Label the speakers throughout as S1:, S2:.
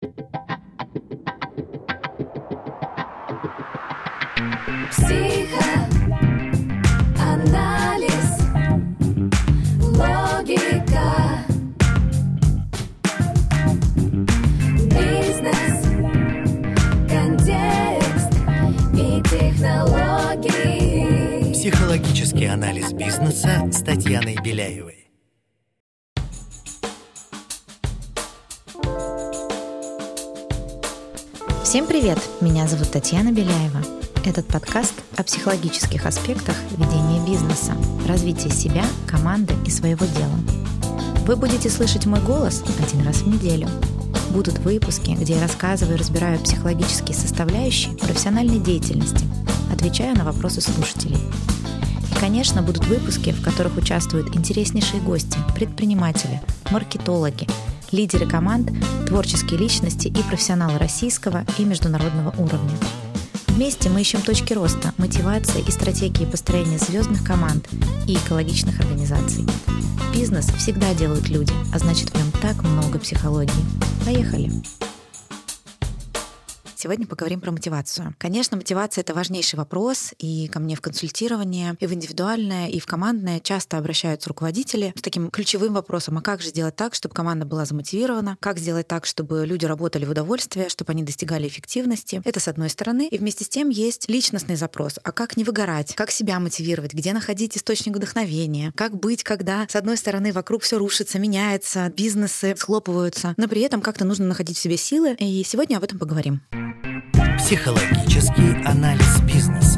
S1: Психоанализ, логика, бизнес, контекст и технологии.
S2: Психологический анализ бизнеса с Татьяной Беляевой.
S3: Всем привет! Меня зовут Татьяна Беляева. Этот подкаст о психологических аспектах ведения бизнеса, развития себя, команды и своего дела. Вы будете слышать мой голос один раз в неделю. Будут выпуски, где я рассказываю и разбираю психологические составляющие профессиональной деятельности, отвечаю на вопросы слушателей. И, конечно, будут выпуски, в которых участвуют интереснейшие гости, предприниматели, маркетологи, лидеры команд, творческие личности и профессионалы российского и международного уровня. Вместе мы ищем точки роста, мотивации и стратегии построения звездных команд и экологичных организаций. Бизнес всегда делают люди, а значит, в нем так много психологии. Поехали! Сегодня поговорим про мотивацию. Конечно, мотивация — это важнейший вопрос, и ко мне в консультирование, и в индивидуальное, и в командное часто обращаются руководители с таким ключевым вопросом: а как же сделать так, чтобы команда была замотивирована, как сделать так, чтобы люди работали в удовольствие, чтобы они достигали эффективности. Это с одной стороны. И вместе с тем есть личностный запрос: а как не выгорать, как себя мотивировать, где находить источник вдохновения, как быть, когда, с одной стороны, вокруг все рушится, меняется, бизнесы схлопываются, но при этом как-то нужно находить в себе силы. И сегодня об этом поговорим.
S2: Психологический анализ бизнеса.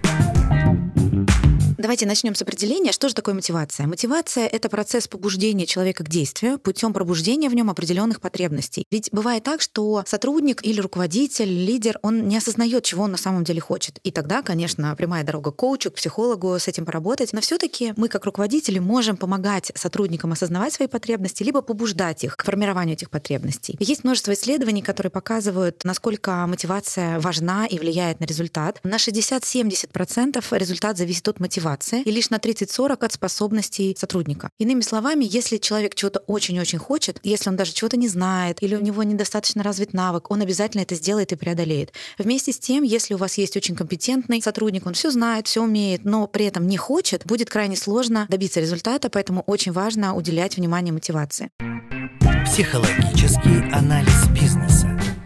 S3: Давайте начнем с определения, что же такое мотивация. Мотивация — это процесс побуждения человека к действию путем пробуждения в нем определенных потребностей. Ведь бывает так, что сотрудник или руководитель, лидер, он не осознает, чего он на самом деле хочет. И тогда, конечно, прямая дорога к коучу, к психологу с этим поработать. Но все-таки мы, как руководители, можем помогать сотрудникам осознавать свои потребности, либо побуждать их к формированию этих потребностей. И есть множество исследований, которые показывают, насколько мотивация важна и влияет на результат. На 60-70% результат зависит от мотивации, и лишь на 30-40% от способностей сотрудника. Иными словами, если человек чего-то очень-очень хочет, если он даже чего-то не знает, или у него недостаточно развит навык, он обязательно это сделает и преодолеет. Вместе с тем, если у вас есть очень компетентный сотрудник, он все знает, все умеет, но при этом не хочет, будет крайне сложно добиться результата, поэтому очень важно уделять внимание мотивации.
S2: Психологический анализ бизнеса.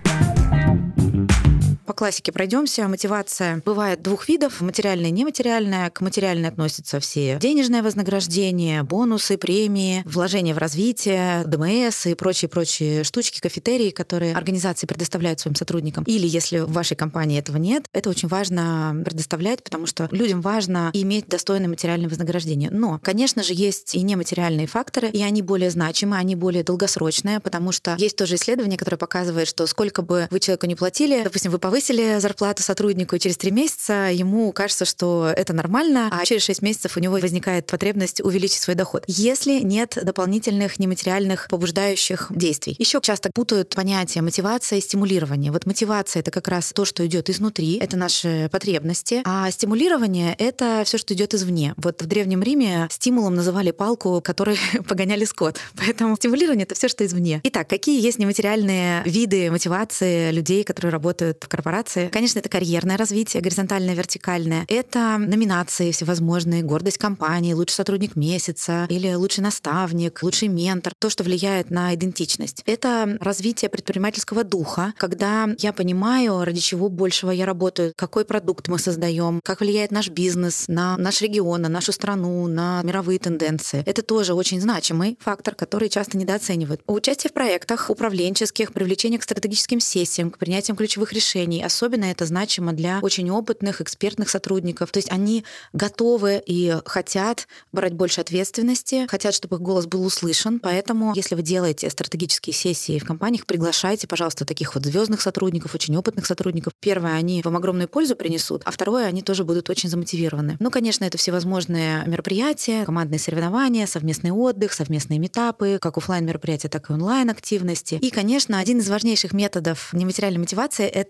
S3: По классике пройдемся. Мотивация бывает двух видов: материальная и нематериальная. К материальной относятся все денежное вознаграждение, бонусы, премии, вложения в развитие, ДМС и прочие штучки, кафетерии, которые организации предоставляют своим сотрудникам. Или если в вашей компании этого нет, это очень важно предоставлять, потому что людям важно иметь достойное материальное вознаграждение. Но, конечно же, есть и нематериальные факторы, и они более значимы, они более долгосрочные, потому что есть тоже исследование, которое показывает, что сколько бы вы человеку не платили, допустим, вы повысили зарплату сотруднику, и через 3 месяца ему кажется, что это нормально, а через 6 месяцев у него возникает потребность увеличить свой доход, если нет дополнительных нематериальных побуждающих действий. Еще часто путают понятия мотивация и стимулирование. Вот мотивация — это как раз то, что идет изнутри, это наши потребности, а стимулирование — это все, что идет извне. Вот в Древнем Риме стимулом называли палку, которой погоняли скот. Поэтому стимулирование — это все, что извне. Итак, какие есть нематериальные виды мотивации людей, которые работают в корпорации? Конечно, это карьерное развитие, горизонтальное, вертикальное. Это номинации всевозможные, гордость компании, лучший сотрудник месяца или лучший наставник, лучший ментор. То, что влияет на идентичность. Это развитие предпринимательского духа, когда я понимаю, ради чего большего я работаю, какой продукт мы создаем, как влияет наш бизнес на наш регион, на нашу страну, на мировые тенденции. Это тоже очень значимый фактор, который часто недооценивают. Участие в проектах управленческих, привлечение к стратегическим сессиям, к принятию ключевых решений. Особенно это значимо для очень опытных, экспертных сотрудников. То есть они готовы и хотят брать больше ответственности, хотят, чтобы их голос был услышан. Поэтому, если вы делаете стратегические сессии в компаниях, приглашайте, пожалуйста, таких вот звездных сотрудников, очень опытных сотрудников. Первое, они вам огромную пользу принесут, а второе, они тоже будут очень замотивированы. Ну, конечно, это всевозможные мероприятия, командные соревнования, совместный отдых, совместные митапы, как офлайн мероприятия, так и онлайн активности. И, конечно, один из важнейших методов нематериальной мотивации — это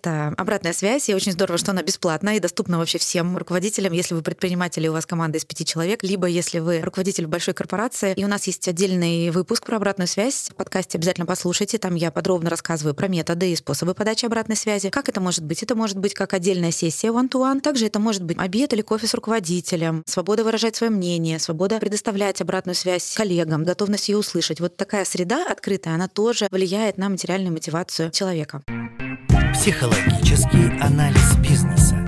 S3: обратная связь, и очень здорово, что она бесплатна и доступна вообще всем руководителям, если вы предприниматель, и у вас команда из 5 человек, либо если вы руководитель большой корпорации. И у нас есть отдельный выпуск про обратную связь. В подкасте обязательно послушайте. Там я подробно рассказываю про методы и способы подачи обратной связи. Как это может быть? Это может быть как отдельная сессия one-to-one. Также это может быть обед или кофе с руководителем, свобода выражать свое мнение, свобода предоставлять обратную связь коллегам, готовность ее услышать. Вот такая среда открытая, она тоже влияет на материальную мотивацию человека.
S2: Психологический анализ бизнеса.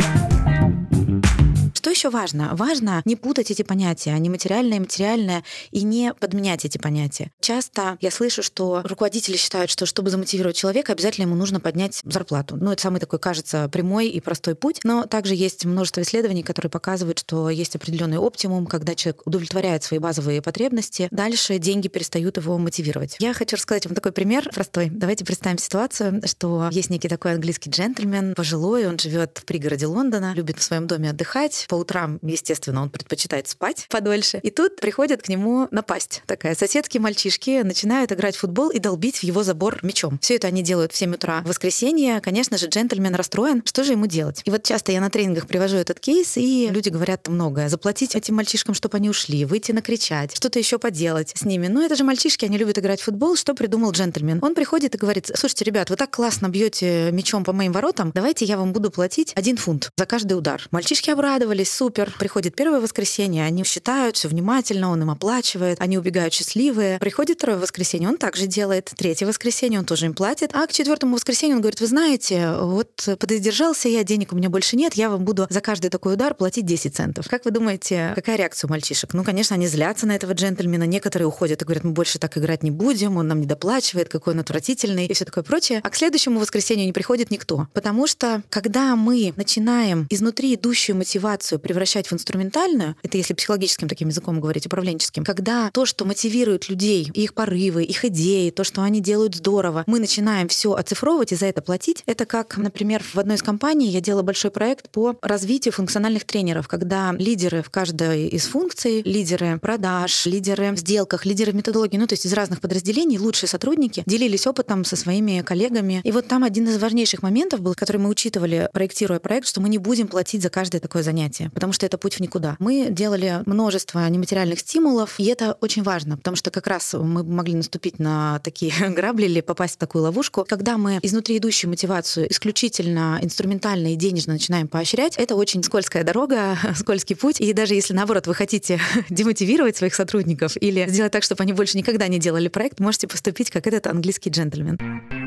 S3: Что еще важно? Важно не путать эти понятия, нематериальное и материальное, и не подменять эти понятия. Часто я слышу, что руководители считают, что чтобы замотивировать человека, обязательно ему нужно поднять зарплату. Это самый такой, кажется, прямой и простой путь. Но также есть множество исследований, которые показывают, что есть определенный оптимум, когда человек удовлетворяет свои базовые потребности, дальше деньги перестают его мотивировать. Я хочу рассказать вам такой пример простой. Давайте представим ситуацию, что есть некий такой английский джентльмен, пожилой, он живет в пригороде Лондона, любит в своем доме отдыхать. По утрам, естественно, он предпочитает спать подольше. И тут приходит к нему напасть такая. Соседки-мальчишки начинают играть в футбол и долбить в его забор мячом. Все это они делают в 7 утра в воскресенье. Конечно же, джентльмен расстроен. Что же ему делать? И вот часто я на тренингах привожу этот кейс, и люди говорят многое. Заплатить этим мальчишкам, чтобы они ушли, выйти накричать, что-то еще поделать с ними. Это же мальчишки, они любят играть в футбол. Что придумал джентльмен? Он приходит и говорит: слушайте, ребят, вы так классно бьете мячом по моим воротам, давайте я вам буду платить 1 фунт за каждый удар. Мальчишки обрадовались, супер. Приходит первое воскресенье, они считают все внимательно, он им оплачивает, они убегают счастливые. Приходит второе воскресенье, он также делает. Третье воскресенье, он тоже им платит. А к 4-му воскресенью он говорит: вы знаете, вот пододержался я, денег у меня больше нет, я вам буду за каждый такой удар платить 10 центов. Как вы думаете, какая реакция у мальчишек? Конечно, они злятся на этого джентльмена, некоторые уходят и говорят: мы больше так играть не будем, он нам не доплачивает, какой он отвратительный и все такое прочее. А к следующему воскресенью не приходит никто. Потому что, когда мы начинаем изнутри идущую мотивацию превращать в инструментальную, это если психологическим таким языком говорить, управленческим, когда то, что мотивирует людей, их порывы, их идеи, то, что они делают здорово, мы начинаем все оцифровывать и за это платить. Это как, например, в одной из компаний я делала большой проект по развитию функциональных тренеров, когда лидеры в каждой из функций, лидеры продаж, лидеры в сделках, лидеры в методологии, то есть из разных подразделений, лучшие сотрудники делились опытом со своими коллегами. И вот там один из важнейших моментов был, который мы учитывали, проектируя проект, что мы не будем платить за каждое такое занятие, потому что это путь в никуда. Мы делали множество нематериальных стимулов, и это очень важно, потому что как раз мы могли наступить на такие грабли или попасть в такую ловушку. Когда мы изнутри идущую мотивацию исключительно инструментально и денежно начинаем поощрять, это очень скользкая дорога, скользкий путь. И даже если, наоборот, вы хотите демотивировать своих сотрудников или сделать так, чтобы они больше никогда не делали проект, можете поступить как этот английский джентльмен.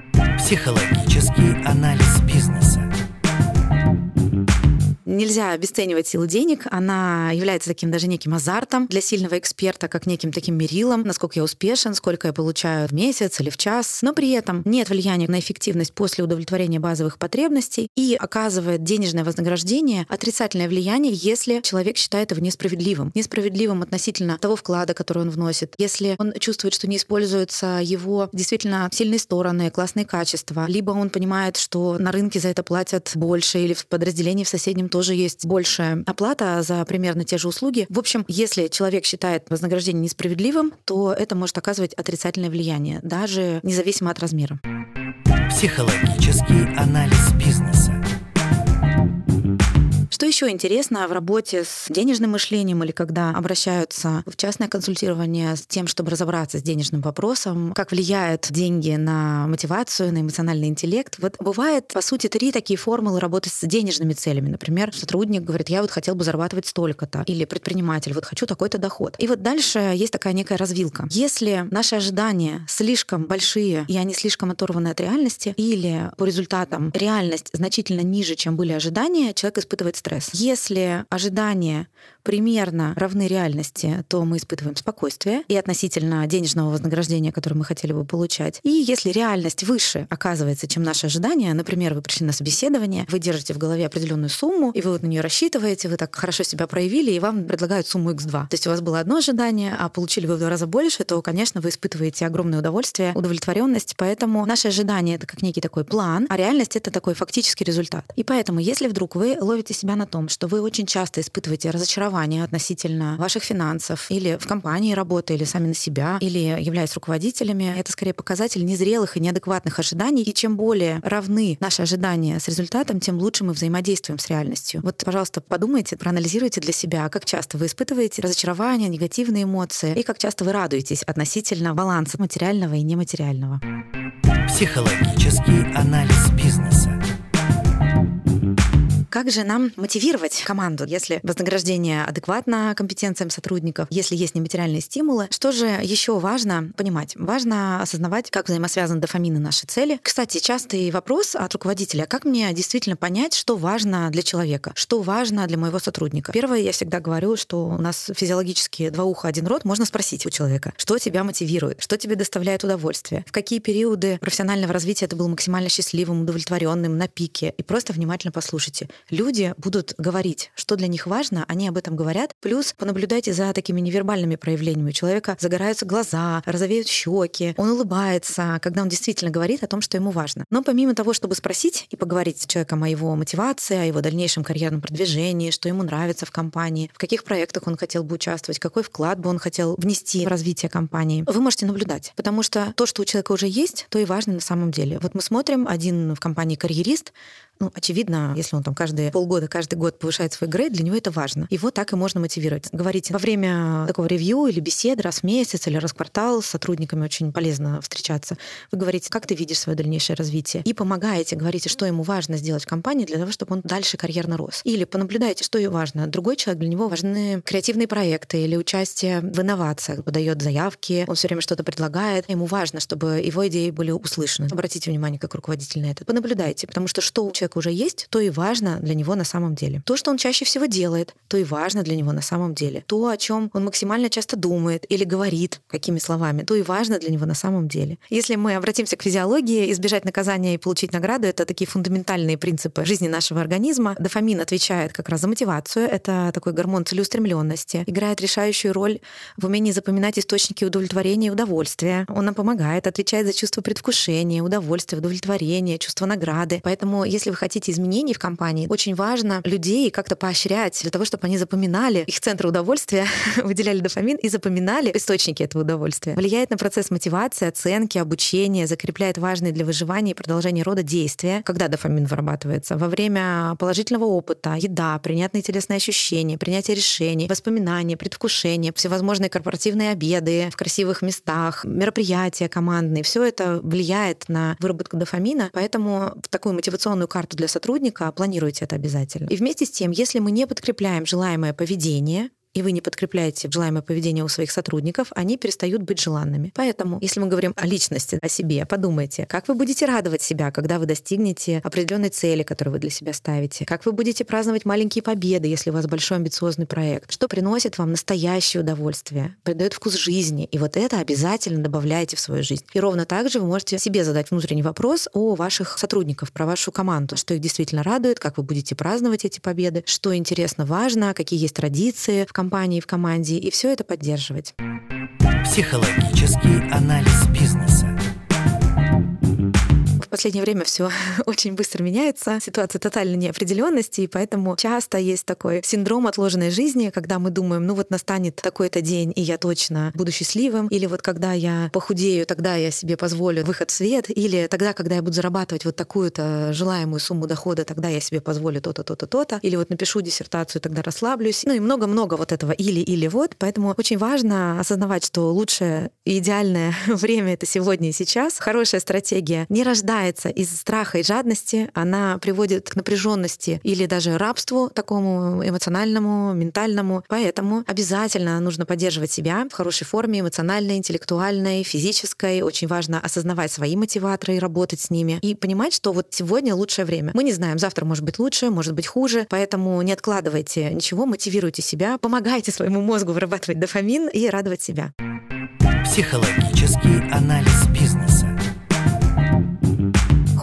S2: Психологический анализ бизнеса.
S3: Нельзя обесценивать силу денег. Она является таким даже неким азартом для сильного эксперта, как неким таким мерилом, насколько я успешен, сколько я получаю в месяц или в час. Но при этом нет влияния на эффективность после удовлетворения базовых потребностей и оказывает денежное вознаграждение отрицательное влияние, если человек считает его несправедливым. Несправедливым относительно того вклада, который он вносит. Если он чувствует, что не используются его действительно сильные стороны, классные качества, либо он понимает, что на рынке за это платят больше, или в подразделении в соседнем тоже есть большая оплата за примерно те же услуги. В общем, если человек считает вознаграждение несправедливым, то это может оказывать отрицательное влияние, даже независимо от размера.
S2: Психологический анализ бизнеса.
S3: Что еще интересно в работе с денежным мышлением или когда обращаются в частное консультирование с тем, чтобы разобраться с денежным вопросом, как влияют деньги на мотивацию, на эмоциональный интеллект. Вот бывает, по сути, 3 такие формулы работы с денежными целями. Например, сотрудник говорит: я вот хотел бы зарабатывать столько-то. Или предприниматель: вот хочу такой-то доход. И вот дальше есть такая некая развилка. Если наши ожидания слишком большие, и они слишком оторваны от реальности, или по результатам реальность значительно ниже, чем были ожидания, человек испытывает стресс. Если ожидания примерно равны реальности, то мы испытываем спокойствие и относительно денежного вознаграждения, которое мы хотели бы получать. И если реальность выше оказывается, чем наши ожидания, например, вы пришли на собеседование, вы держите в голове определенную сумму, и вы вот на нее рассчитываете, вы так хорошо себя проявили, и вам предлагают сумму X2. То есть у вас было одно ожидание, а получили вы в 2 раза больше, то, конечно, вы испытываете огромное удовольствие, удовлетворенность. Поэтому наши ожидания — это как некий такой план, а реальность — это такой фактический результат. И поэтому, если вдруг вы ловите себя на том, что вы очень часто испытываете разочарование разочарования относительно ваших финансов, или в компании работы, или сами на себя, или являясь руководителями, это скорее показатель незрелых и неадекватных ожиданий. И чем более равны наши ожидания с результатом, тем лучше мы взаимодействуем с реальностью. Вот, пожалуйста, подумайте, проанализируйте для себя, как часто вы испытываете разочарование, негативные эмоции, и как часто вы радуетесь относительно баланса материального и нематериального.
S2: Психологический анализ бизнеса.
S3: Как же нам мотивировать команду, если вознаграждение адекватно компетенциям сотрудников, если есть нематериальные стимулы? Что же еще важно понимать? Важно осознавать, как взаимосвязаны дофамин и наши цели. Кстати, частый вопрос от руководителя: как мне действительно понять, что важно для человека, что важно для моего сотрудника? Первое, я всегда говорю, что у нас физиологически 2 уха, 1 рот. Можно спросить у человека, что тебя мотивирует, что тебе доставляет удовольствие, в какие периоды профессионального развития ты был максимально счастливым, удовлетворенным, на пике. И просто внимательно послушайте. Люди будут говорить, что для них важно, они об этом говорят. Плюс понаблюдайте за такими невербальными проявлениями. У человека загораются глаза, розовеют щеки, он улыбается, когда он действительно говорит о том, что ему важно. Но помимо того, чтобы спросить и поговорить с человеком о его мотивации, о его дальнейшем карьерном продвижении, что ему нравится в компании, в каких проектах он хотел бы участвовать, какой вклад бы он хотел внести в развитие компании, вы можете наблюдать. Потому что то, что у человека уже есть, то и важно на самом деле. Вот мы смотрим, один в компании карьерист, очевидно, если он там каждые полгода, каждый год повышает свой грейд, для него это важно. Его так и можно мотивировать. Говорить во время такого ревью или беседы раз в месяц или раз в квартал с сотрудниками очень полезно встречаться. Вы говорите, как ты видишь свое дальнейшее развитие, и помогаете, говорите, что ему важно сделать в компании для того, чтобы он дальше карьерно рос. Или понаблюдайте, что ему важно. Другой человек, для него важны креативные проекты или участие в инновациях, подает заявки, он все время что-то предлагает. Ему важно, чтобы его идеи были услышаны. Обратите внимание, как руководитель на это. Понаблюдайте, потому что у человека уже есть, то и важно для него на самом деле. То, что он чаще всего делает, то и важно для него на самом деле. То, о чем он максимально часто думает или говорит, какими словами, то и важно для него на самом деле. Если мы обратимся к физиологии, избежать наказания и получить награду — это такие фундаментальные принципы жизни нашего организма. Дофамин отвечает как раз за мотивацию. Это такой гормон целеустремленности. Играет решающую роль в умении запоминать источники удовлетворения и удовольствия. Он нам помогает, отвечает за чувство предвкушения, удовольствия, удовлетворения, чувство награды. Поэтому, если вы хотите изменений в компании, очень важно людей как-то поощрять для того, чтобы они запоминали их центры удовольствия, выделяли дофамин и запоминали источники этого удовольствия. Влияет на процесс мотивации, оценки, обучения, закрепляет важные для выживания и продолжения рода действия, когда дофамин вырабатывается. Во время положительного опыта, еда, приятные телесные ощущения, принятие решений, воспоминания, предвкушение, всевозможные корпоративные обеды в красивых местах, мероприятия командные. Все это влияет на выработку дофамина, поэтому в такую мотивационную карту для сотрудника планируйте это обязательно. И вместе с тем, если мы не подкрепляем желаемое поведение, и вы не подкрепляете желаемое поведение у своих сотрудников, они перестают быть желанными. Поэтому, если мы говорим о личности, о себе, подумайте, как вы будете радовать себя, когда вы достигнете определенной цели, которую вы для себя ставите, как вы будете праздновать маленькие победы, если у вас большой амбициозный проект, что приносит вам настоящее удовольствие, придает вкус жизни, и вот это обязательно добавляйте в свою жизнь. И ровно так же вы можете себе задать внутренний вопрос о ваших сотрудниках, про вашу команду, что их действительно радует, как вы будете праздновать эти победы, что интересно, важно, какие есть традиции в компании, в команде, и все это поддерживать.
S2: Психологический анализ бизнеса.
S3: В последнее время все очень быстро меняется, ситуация тотальной неопределенности, и поэтому часто есть такой синдром отложенной жизни, когда мы думаем, настанет такой-то день, и я точно буду счастливым, или вот когда я похудею, тогда я себе позволю выход в свет, или тогда, когда я буду зарабатывать вот такую-то желаемую сумму дохода, тогда я себе позволю то-то, то-то, то-то, или вот напишу диссертацию, тогда расслаблюсь, и много-много вот этого или вот, поэтому очень важно осознавать, что лучшее и идеальное время — это сегодня и сейчас. Хорошая стратегия не рождается из страха и жадности, она приводит к напряженности или даже рабству такому эмоциональному, ментальному. Поэтому обязательно нужно поддерживать себя в хорошей форме, эмоциональной, интеллектуальной, физической. Очень важно осознавать свои мотиваторы и работать с ними. И понимать, что вот сегодня лучшее время. Мы не знаем, завтра может быть лучше, может быть хуже, поэтому не откладывайте ничего, мотивируйте себя, помогайте своему мозгу вырабатывать дофамин и радовать себя.
S2: Психологический анализ бизнеса.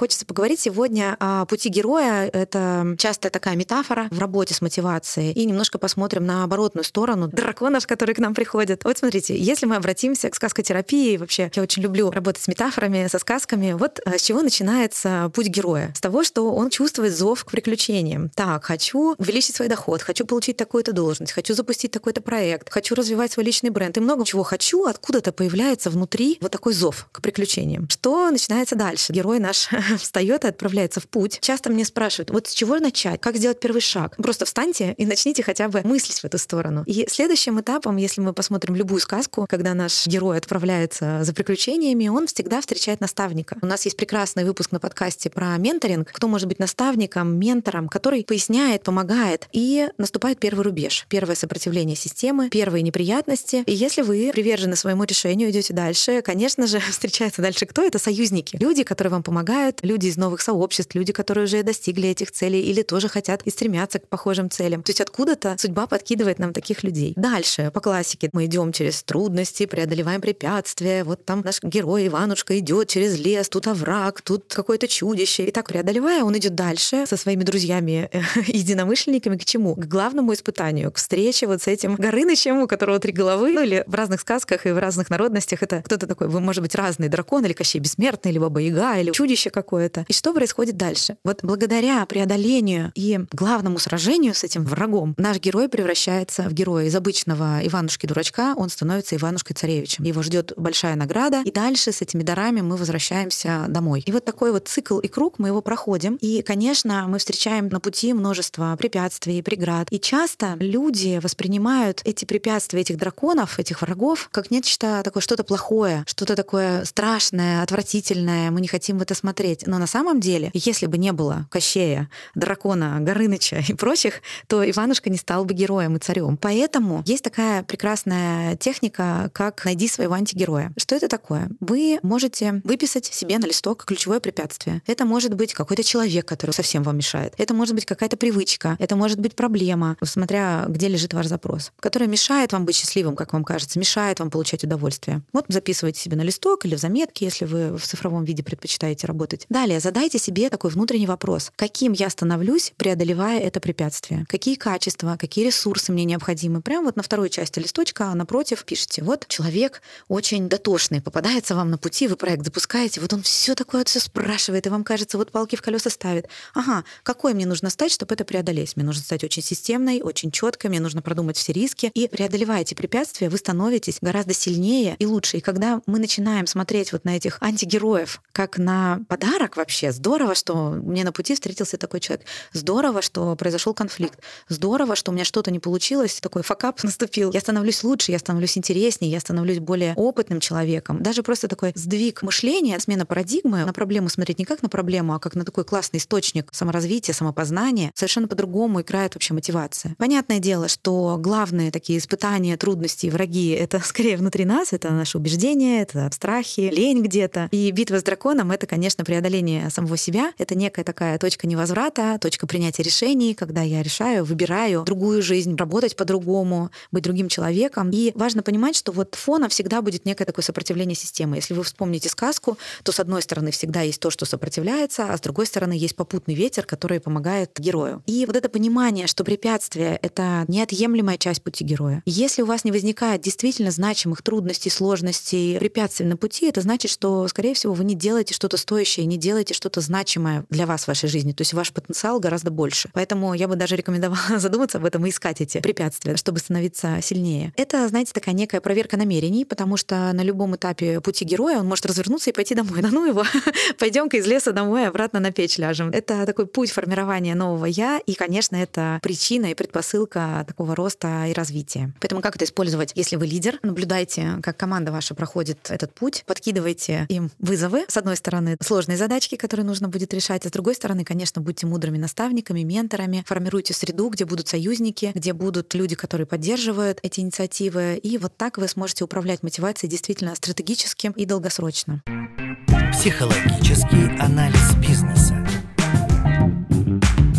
S3: Хочется поговорить сегодня о пути героя. Это часто такая метафора в работе с мотивацией. И немножко посмотрим на оборотную сторону драконов, которые к нам приходят. Вот смотрите, если мы обратимся к сказкотерапии, вообще я очень люблю работать с метафорами, со сказками. Вот с чего начинается путь героя? С того, что он чувствует зов к приключениям. Так, хочу увеличить свой доход, хочу получить такую-то должность, хочу запустить такой-то проект, хочу развивать свой личный бренд. И много чего хочу, откуда-то появляется внутри вот такой зов к приключениям. Что начинается дальше? Герой наш встает и отправляется в путь. Часто мне спрашивают, вот с чего начать? Как сделать первый шаг? Просто встаньте и начните хотя бы мыслить в эту сторону. И следующим этапом, если мы посмотрим любую сказку, когда наш герой отправляется за приключениями, он всегда встречает наставника. У нас есть прекрасный выпуск на подкасте про менторинг. Кто может быть наставником, ментором, который поясняет, помогает, и наступает первый рубеж, первое сопротивление системы, первые неприятности. И если вы привержены своему решению, идете дальше, конечно же, встречается дальше кто? Это союзники. Люди, которые вам помогают, люди из новых сообществ, люди, которые уже достигли этих целей или тоже хотят и стремятся к похожим целям. То есть откуда-то судьба подкидывает нам таких людей. Дальше, по классике, мы идем через трудности, преодолеваем препятствия. Вот там наш герой Иванушка идет через лес, тут овраг, тут какое-то чудище. И так преодолевая, он идет дальше со своими друзьями, единомышленниками к чему? К главному испытанию, к встрече вот с этим Горынычем, у которого 3 головы. Ну или в разных сказках и в разных народностях это кто-то такой, вы, может быть, разный дракон, или Кощей Бессмертный, или Баба-Яга, или чудище какое-то. И что происходит дальше? Вот благодаря преодолению и главному сражению с этим врагом наш герой превращается в героя. Из обычного Иванушки-дурачка он становится Иванушкой-царевичем. Его ждет большая награда, и дальше с этими дарами мы возвращаемся домой. И вот такой вот цикл и круг мы его проходим. И, конечно, мы встречаем на пути множество препятствий, преград. И часто люди воспринимают эти препятствия, этих драконов, этих врагов, как нечто такое, что-то плохое, что-то такое страшное, отвратительное. Мы не хотим в это смотреть. Но на самом деле, если бы не было Кощея, дракона, Горыныча и прочих, то Иванушка не стал бы героем и царем. Поэтому есть такая прекрасная техника, как «найди своего антигероя». Что это такое? Вы можете выписать себе на листок ключевое препятствие. Это может быть какой-то человек, который совсем вам мешает. Это может быть какая-то привычка. Это может быть проблема, смотря где лежит ваш запрос, которая мешает вам быть счастливым, как вам кажется, мешает вам получать удовольствие. Вот записывайте себе на листок или в заметки, если вы в цифровом виде предпочитаете работать. Далее задайте себе такой внутренний вопрос. Каким я становлюсь, преодолевая это препятствие? Какие качества, какие ресурсы мне необходимы? Прямо вот на второй части листочка напротив пишите. Вот человек очень дотошный, попадается вам на пути, вы проект запускаете, вот он все такое все спрашивает, и вам кажется, вот палки в колеса ставит. Ага, какой мне нужно стать, чтобы это преодолеть? Мне нужно стать очень системной, очень четкой, мне нужно продумать все риски. И преодолевая эти препятствия, вы становитесь гораздо сильнее и лучше. И когда мы начинаем смотреть вот на этих антигероев как на подарок вообще, здорово, что мне на пути встретился такой человек, здорово, что произошел конфликт, здорово, что у меня что-то не получилось, такой факап наступил. Я становлюсь лучше, я становлюсь интереснее, я становлюсь более опытным человеком. Даже просто такой сдвиг мышления, смена парадигмы, на проблему смотреть не как на проблему, а как на такой классный источник саморазвития, самопознания, совершенно по-другому играет вообще мотивация. Понятное дело, что главные такие испытания, трудности, враги — это скорее внутри нас, это наши убеждения, это страхи, лень где-то. И битва с драконом — это, конечно, преодоление самого себя. Это некая такая точка невозврата, точка принятия решений, когда я решаю, выбираю другую жизнь, работать по-другому, быть другим человеком. И важно понимать, что вот фоном всегда будет некое такое сопротивление системы. Если вы вспомните сказку, то с одной стороны всегда есть то, что сопротивляется, а с другой стороны есть попутный ветер, который помогает герою. И вот это понимание, что препятствие — это неотъемлемая часть пути героя. Если у вас не возникает действительно значимых трудностей, сложностей, препятствий на пути, это значит, что, скорее всего, вы не делаете что-то стоящее, не делаете что-то значимое для вас в вашей жизни. То есть ваш потенциал гораздо больше. Поэтому я бы даже рекомендовала задуматься об этом и искать эти препятствия, чтобы становиться сильнее. Это, знаете, такая некая проверка намерений, потому что на любом этапе пути героя он может развернуться и пойти домой. Да ну его, пойдем-ка из леса домой, обратно на печь ляжем. Это такой путь формирования нового «я», и, конечно, это причина и предпосылка такого роста и развития. Поэтому как это использовать? Если вы лидер, наблюдайте, как команда ваша проходит этот путь, подкидывайте им вызовы. С одной стороны, сложные задачки, которые нужно будет решать, а с другой стороны, конечно, будьте мудрыми наставниками, менторами, формируйте среду, где будут союзники, где будут люди, которые поддерживают эти инициативы, и вот так вы сможете управлять мотивацией действительно стратегически и долгосрочно.
S2: Психологический анализ бизнеса.
S3: Давайте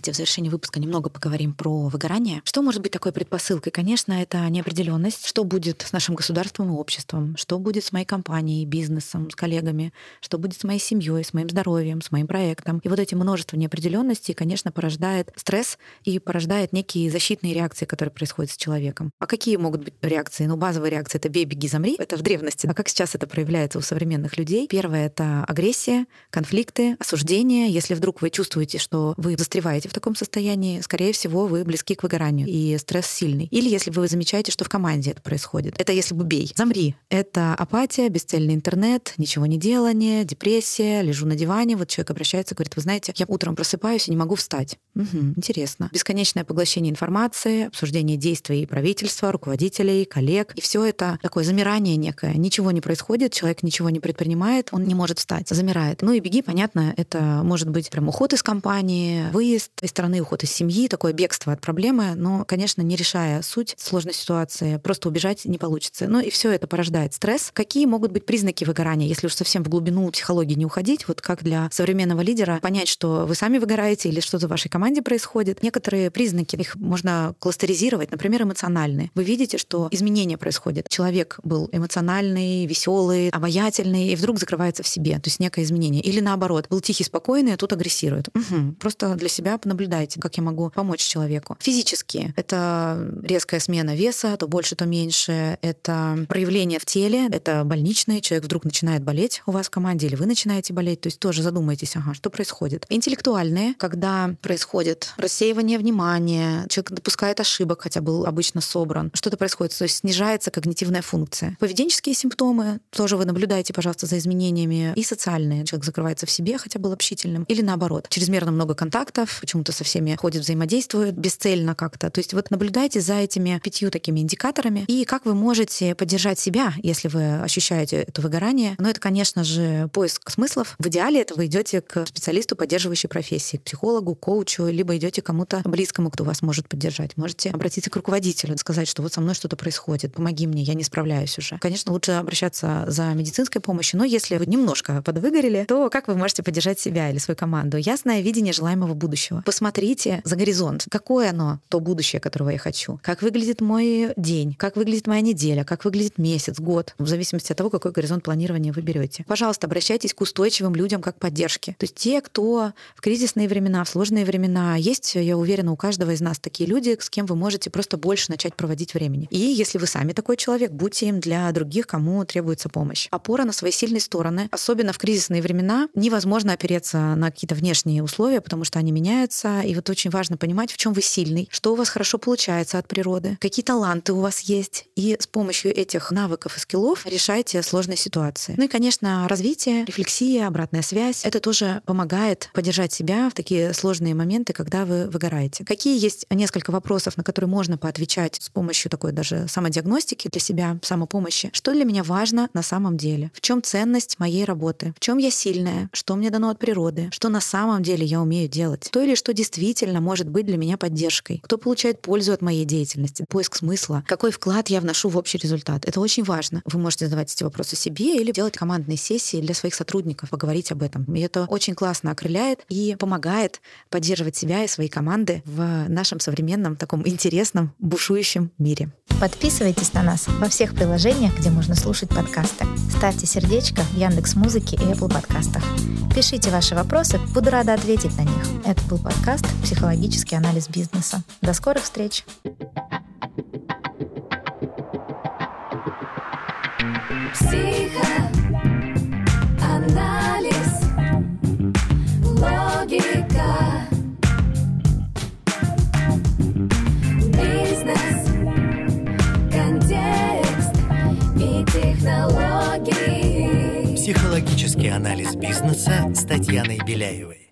S3: давайте в завершении выпуска немного поговорим про выгорание. Что может быть такой предпосылкой? Конечно, это неопределенность. Что будет с нашим государством и обществом? Что будет с моей компанией, бизнесом, с коллегами? Что будет с моей семьей, с моим здоровьем, с моим проектом? И вот эти множество неопределенностей, конечно, порождает стресс и порождает некие защитные реакции, которые происходят с человеком. А какие могут быть реакции? Базовая реакция — это бей, беги, замри. Это в древности. А как сейчас это проявляется у современных людей? Первое — это агрессия, конфликты, осуждение. Если вдруг вы чувствуете, что вы застреваете в таком состоянии, скорее всего, вы близки к выгоранию, и стресс сильный. Или если вы замечаете, что в команде это происходит. Это если бы бей. Замри. Это апатия, бесцельный интернет, ничего не делание, депрессия, лежу на диване. Вот человек обращается, говорит: вы знаете, я утром просыпаюсь и не могу встать. Интересно. Бесконечное поглощение информации, обсуждение действий правительства, руководителей, коллег. И все это такое замирание некое. Ничего не происходит, человек ничего не предпринимает, он не может встать, замирает. И беги, понятно, это может быть прям уход из компании, выезд из страны, уход из семьи, такое бегство от проблемы, но, конечно, не решая суть сложной ситуации, просто убежать не получится. И все это порождает стресс. Какие могут быть признаки выгорания, если уж совсем в глубину психологии не уходить? Вот как для современного лидера понять, что вы сами выгораете или что-то в вашей команде происходит? Некоторые признаки, их можно кластеризировать, например, эмоциональные. Вы видите, что изменения происходят. Человек был эмоциональный, веселый, обаятельный, и вдруг закрывается в себе, то есть некое изменение. Или наоборот, был тихий, спокойный, а тут агрессирует. Просто для себя понаблюдайте, как я могу помочь человеку. Физические — это резкая смена веса, то больше, то меньше. Это проявление в теле, это больничные. Человек вдруг начинает болеть у вас в команде, или вы начинаете болеть. То есть тоже задумайтесь, что происходит. Интеллектуальные, когда происходит рассеивание внимания, человек допускает ошибок, хотя был обычно собран. Что-то происходит, то есть снижается когнитивная функция. Поведенческие симптомы, тоже вы наблюдаете, пожалуйста, за изменениями. И социальные. Человек закрывается в себе, хотя был общительным. Или наоборот, чрезмерно много контактов, почему-то со всеми ходит, взаимодействует, бесцельно как-то. То есть вот наблюдайте за этими 5 такими индикаторами. И как вы можете поддержать себя, если вы ощущаете это выгорание. Это, конечно же, поиск смыслов. В идеале это вы идете к специалисту поддерживающей профессии, к психологу, коучу, либо идете к кому-то близкому, кто вас может поддержать. Можете обратиться к руководителю, сказать, что вот со мной что-то происходит, помоги мне, я не справляюсь уже. Конечно, лучше обращаться за медицинской помощью, но если вы немножко подвыгорели, то как вы можете поддержать себя или свою команду? Ясное видение желаемого будущего. Посмотрите за горизонт. Какое оно, то будущее, которого я хочу? Как выглядит мой день? Как выглядит моя неделя? Как выглядит месяц, год? В зависимости от того, какой горизонт планирования вы берете. Пожалуйста, обращайтесь к устойчивым людям как поддержки. То есть те, кто в кризисные времена, в сложные времена, есть, я уверена, у каждого из нас такие люди, с кем вы можете просто больше начать проводить времени. И если вы сами такой человек, будьте им для других, кому требуется помощь. Опора на свои сильные стороны, особенно в кризисные времена, невозможно опереться на какие-то внешние условия, потому что они меняются. И вот очень важно понимать, в чем вы сильный, что у вас хорошо получается от природы, какие таланты у вас есть. И с помощью этих навыков и скиллов решайте сложные ситуации. И, конечно, развитие, рефлексия, обратная связь — это тоже помогает поддержать себя в такие сложные моменты, когда вы выгораете. Какие есть несколько вопросов, на которые можно поотвечать с помощью такой даже самодиагностики для себя, самопомощи. Что для меня важно на самом деле? В чем ценность моей работы? В чем я сильная? Что мне дано от природы? Что на самом деле я умею делать? То или что действительно может быть для меня поддержкой? Кто получает пользу от моей деятельности? Поиск смысла. Какой вклад я вношу в общий результат? Это очень важно. Вы можете задавать эти вопросы себе или делать командные сессии для своих сотрудников, поговорить об этом. И это очень классно окрыляет и помогает поддерживать себя и свои команды в нашем современном, таком интересном, бушующем мире.
S4: Подписывайтесь на нас во всех приложениях, где можно слушать подкасты. Ставьте сердечко в Яндекс.Музыке и Apple подкастах. Пишите ваши вопросы, буду рада ответить на них. Это был подкаст «Психологический анализ бизнеса». До скорых встреч!
S1: Психоанализ, логика, бизнес, контекст и технологии.
S2: Психологический анализ бизнеса с Татьяной Беляевой.